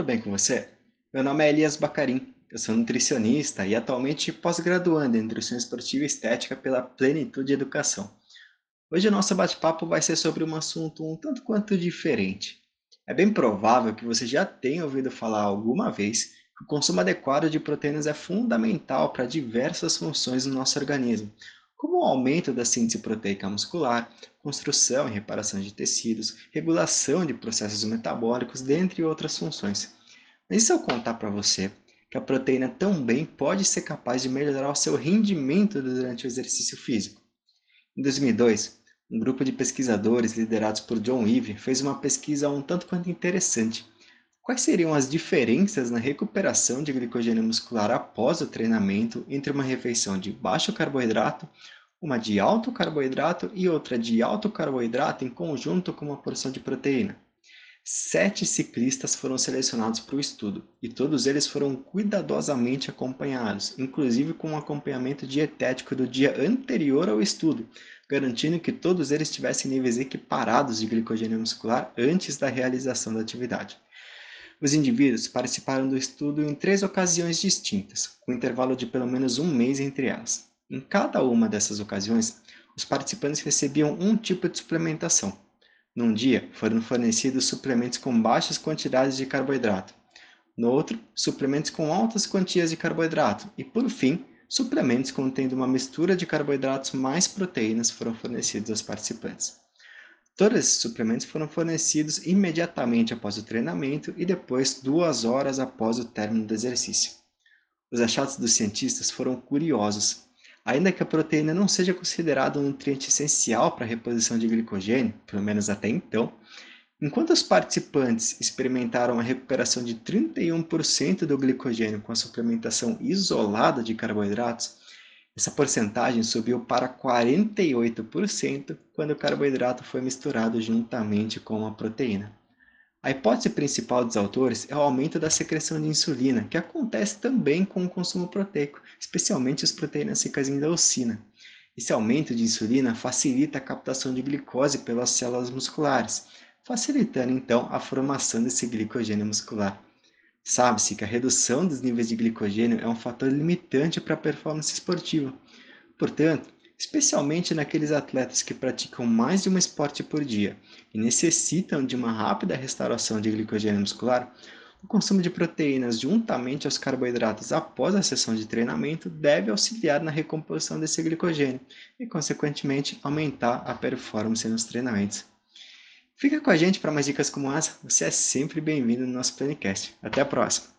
bem com você? Meu nome é Elias Bacarim, eu sou nutricionista e atualmente pós-graduando em Nutrição Esportiva e Estética pela Plenitude Educação. Hoje o nosso bate-papo vai ser sobre um assunto um tanto quanto diferente. É bem provável que você já tenha ouvido falar alguma vez que o consumo adequado de proteínas é fundamental para diversas funções no nosso organismo, como o aumento da síntese proteica muscular, construção e reparação de tecidos, regulação de processos metabólicos, dentre outras funções. Mas e se eu contar para você que a proteína também pode ser capaz de melhorar o seu rendimento durante o exercício físico? Em 2002, um grupo de pesquisadores liderados por John Ivey fez uma pesquisa um tanto quanto interessante. Quais seriam as diferenças na recuperação de glicogênio muscular após o treinamento entre uma refeição de baixo carboidrato, uma de alto carboidrato e outra de alto carboidrato em conjunto com uma porção de proteína? 7 ciclistas foram selecionados para o estudo, e todos eles foram cuidadosamente acompanhados, inclusive com um acompanhamento dietético do dia anterior ao estudo, garantindo que todos eles tivessem níveis equiparados de glicogênio muscular antes da realização da atividade. Os indivíduos participaram do estudo em 3 ocasiões distintas, com intervalo de pelo menos um mês entre elas. Em cada uma dessas ocasiões, os participantes recebiam um tipo de suplementação. Num dia, foram fornecidos suplementos com baixas quantidades de carboidrato. No outro, suplementos com altas quantias de carboidrato. E, por fim, suplementos contendo uma mistura de carboidratos mais proteínas foram fornecidos aos participantes. Todos esses suplementos foram fornecidos imediatamente após o treinamento e depois 2 horas após o término do exercício. Os achados dos cientistas foram curiosos. Ainda que a proteína não seja considerada um nutriente essencial para a reposição de glicogênio, pelo menos até então, enquanto os participantes experimentaram a recuperação de 31% do glicogênio com a suplementação isolada de carboidratos, essa porcentagem subiu para 48% quando o carboidrato foi misturado juntamente com a proteína. A hipótese principal dos autores é o aumento da secreção de insulina, que acontece também com o consumo proteico, especialmente as proteínas ricas em leucina. Esse aumento de insulina facilita a captação de glicose pelas células musculares, facilitando então a formação desse glicogênio muscular. Sabe-se que a redução dos níveis de glicogênio é um fator limitante para a performance esportiva. Portanto, especialmente naqueles atletas que praticam mais de um esporte por dia e necessitam de uma rápida restauração de glicogênio muscular, o consumo de proteínas juntamente aos carboidratos após a sessão de treinamento deve auxiliar na recomposição desse glicogênio e, consequentemente, aumentar a performance nos treinamentos. Fica com a gente para mais dicas como essa, você é sempre bem-vindo no nosso Planicast. Até a próxima!